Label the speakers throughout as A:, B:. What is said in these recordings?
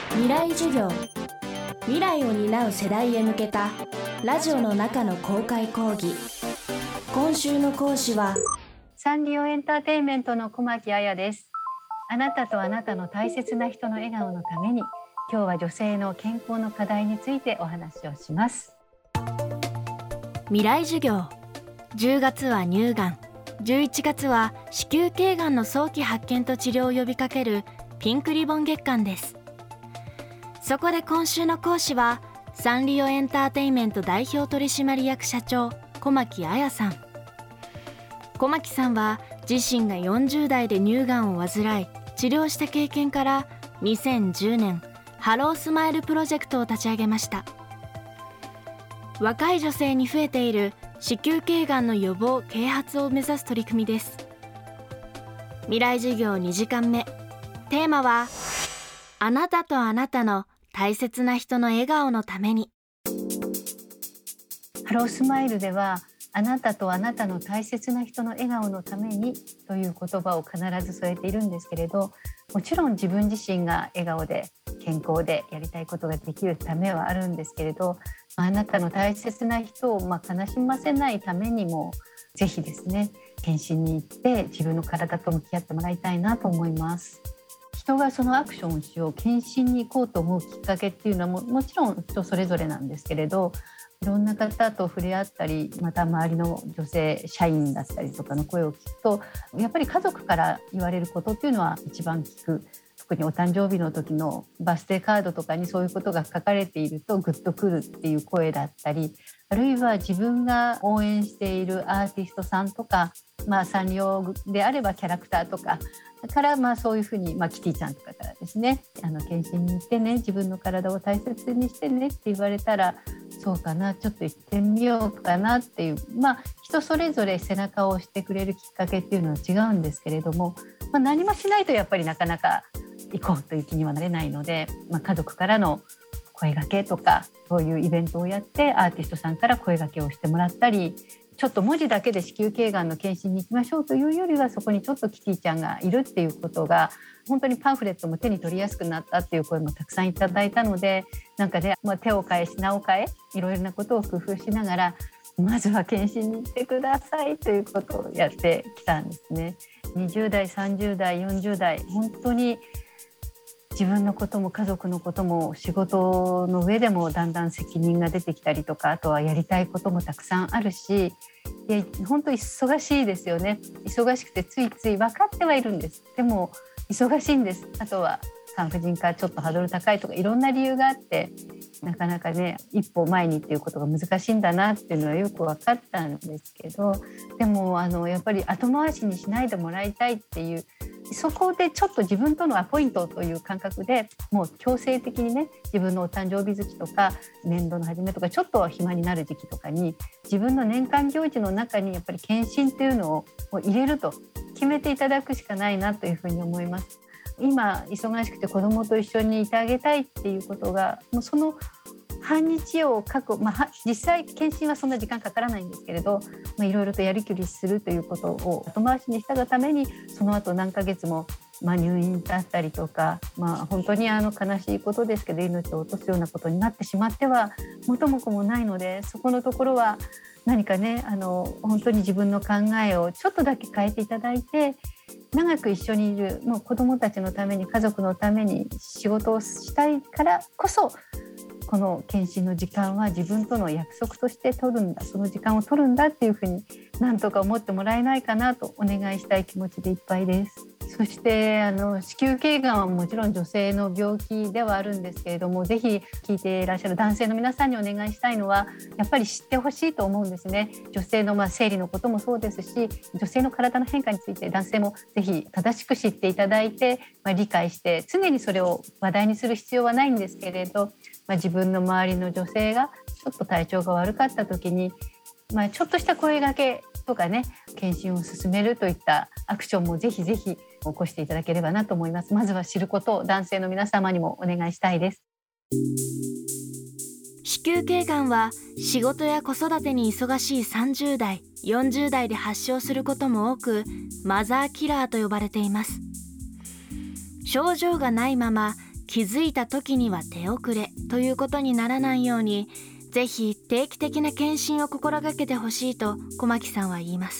A: 未来授業、未来を担う世代へ向けたラジオの中の公開講義。今週の講師は
B: サンリオエンターテインメントの小牧彩です。あなたとあなたの大切な人の笑顔のために、今日は女性の健康の課題についてお話をします。
A: 未来授業。10月は乳がん、11月は子宮頸がんの早期発見と治療を呼びかけるピンクリボン月間です。そこで今週の講師はサンリオエンターテインメント代表取締役社長小牧彩さん。小牧さんは自身が40代で乳がんを患い治療した経験から2010年ハロースマイルプロジェクトを立ち上げました。若い女性に増えている子宮頸がんの予防啓発を目指す取り組みです。未来授業2時間目、テーマはあなたとあなたの大切な人の笑顔のために。
B: ハロースマイルでは、あなたとあなたの大切な人の笑顔のためにという言葉を必ず添えているんですけれど、もちろん自分自身が笑顔で健康でやりたいことができるためはあるんですけれど、あなたの大切な人を悲しませないためにも、ぜひですね、検診に行って自分の体と向き合ってもらいたいなと思います。人がそのアクションをしよう、検診に行こうと思うきっかけっていうのは もちろん人それぞれなんですけれど、いろんな方と触れ合ったり、また周りの女性社員だったりとかの声を聞くと、やっぱり家族から言われることっていうのは一番聞く。特にお誕生日の時のバースデーカードとかにそういうことが書かれているとグッとくるっていう声だったり、あるいは自分が応援しているアーティストさんとか、サンリオであればキャラクターとかからそういうふうに、キティちゃんとかからですね、検診に行ってね、自分の体を大切にしてねって言われたら、そうかな、ちょっと行ってみようかなっていう、人それぞれ背中を押してくれるきっかけっていうのは違うんですけれども、何もしないとやっぱりなかなか行こうという気にはなれないので、家族からの声掛けとか、そういうイベントをやってアーティストさんから声掛けをしてもらったり、ちょっと文字だけで子宮頸がんの検診に行きましょうというよりは、そこにちょっとキティちゃんがいるっていうことが、本当にパンフレットも手に取りやすくなったっていう声もたくさんいただいたので、手を変え品を変え、いろいろなことを工夫しながら、まずは検診に行ってくださいということをやってきたんですね。20代、30代、40代、本当に自分のことも家族のことも仕事の上でもだんだん責任が出てきたりとか、あとはやりたいこともたくさんあるし、本当に忙しいですよね。忙しくてついつい分かってはいるんです。でも忙しいんです。あとは産婦人科ちょっとハードル高いとか、いろんな理由があってなかなかね、一歩前にっていうことが難しいんだなっていうのはよく分かったんですけど、でもやっぱり後回しにしないでもらいたいっていう、そこでちょっと自分とのアポイントという感覚で、もう強制的にね、自分のお誕生日月とか年度の初めとか、ちょっと暇になる時期とかに、自分の年間行事の中にやっぱり検診っていうのを入れると決めていただくしかないなというふうに思います。今忙しくて子供と一緒にいてあげたいっていうことが、もうその半日を実際検診はそんな時間かからないんですけれど、いろいろとやりくりするということを後回しにしたがために、その後何ヶ月も入院だったりとか、本当に悲しいことですけど、命を落とすようなことになってしまっては元も子もないので、そこのところは何かね、本当に自分の考えをちょっとだけ変えていただいて、長く一緒にいる、もう子どもたちのために、家族のために仕事をしたいからこそ、この検診の時間は自分との約束として取るんだ、その時間を取るんだっていうふうになんとか思ってもらえないかなとお願いしたい気持ちでいっぱいです。そして子宮頸がんはもちろん女性の病気ではあるんですけれども、ぜひ聞いていらっしゃる男性の皆さんにお願いしたいのは、やっぱり知ってほしいと思うんですね。女性の生理のこともそうですし、女性の体の変化について男性もぜひ正しく知っていただいて、理解して、常にそれを話題にする必要はないんですけれど、自分の周りの女性がちょっと体調が悪かった時に、ちょっとした声掛けとかね、検診を進めるといったアクションもぜひぜひ起こしていただければなと思います。まずは知ることを男性の皆様にもお願いしたいです。
A: 子宮頸がんは仕事や子育てに忙しい30代、40代で発症することも多く、マザーキラーと呼ばれています。症状がないまま気づいた時には手遅れということにならないように、ぜひ定期的な検診を心がけてほしいと小牧さんは言います。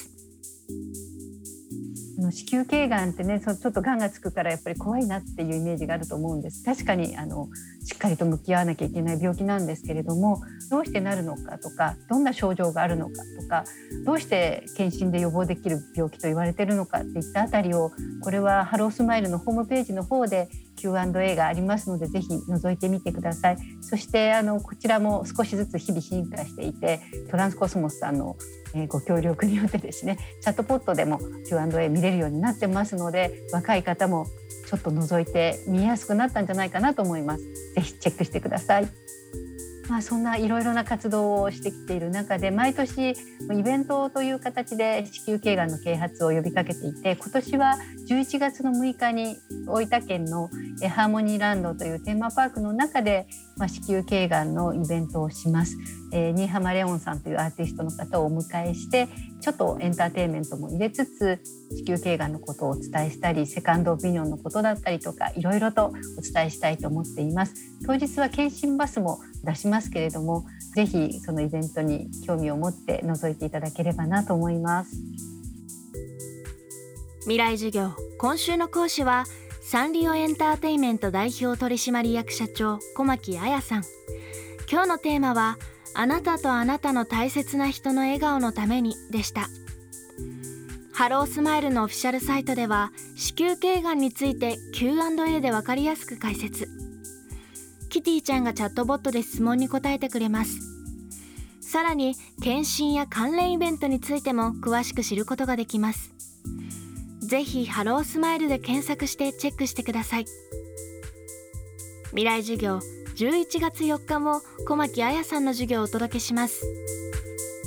B: 子宮頸がんってね、ちょっとがんがつくからやっぱり怖いなっていうイメージがあると思うんです。確かにしっかりと向き合わなきゃいけない病気なんですけれども、どうしてなるのかとか、どんな症状があるのかとか、どうして検診で予防できる病気と言われているのかっていったあたりを、これはハロースマイルのホームページの方で Q&A がありますので、ぜひ覗いてみてください。そしてこちらも少しずつ日々進化していて、トランスコスモスさんのご協力によってですね、チャットポットでも Q&A 見れるようになってますので、若い方もちょっと覗いて見やすくなったんじゃないかなと思います。ぜひチェックしてください。そんないろいろな活動をしてきている中で、毎年イベントという形で子宮頸がんの啓発を呼びかけていて、今年は11月の6日に大分県のハーモニーランドというテーマパークの中で子宮頸がんのイベントをします。新浜レオンさんというアーティストの方をお迎えして、ちょっとエンターテインメントも入れつつ、子宮頸がんのことをお伝えしたり、セカンドオピニオンのことだったりとか、いろいろとお伝えしたいと思っています。当日は検診バスも出しますけれども、ぜひそのイベントに興味を持って覗いていただければなと思います。
A: 未来授業、今週の講師はサンリオエンターテインメント代表取締役社長小牧彩さん。今日のテーマは、あなたとあなたの大切な人の笑顔のためにでした。ハロースマイルのオフィシャルサイトでは、子宮頸がんについて Q&A で分かりやすく解説。キティちゃんがチャットボットで質問に答えてくれます。さらに検診や関連イベントについても詳しく知ることができます。ぜひハロースマイルで検索してチェックしてください。未来授業、11月4日も小牧彩さんの授業をお届けします。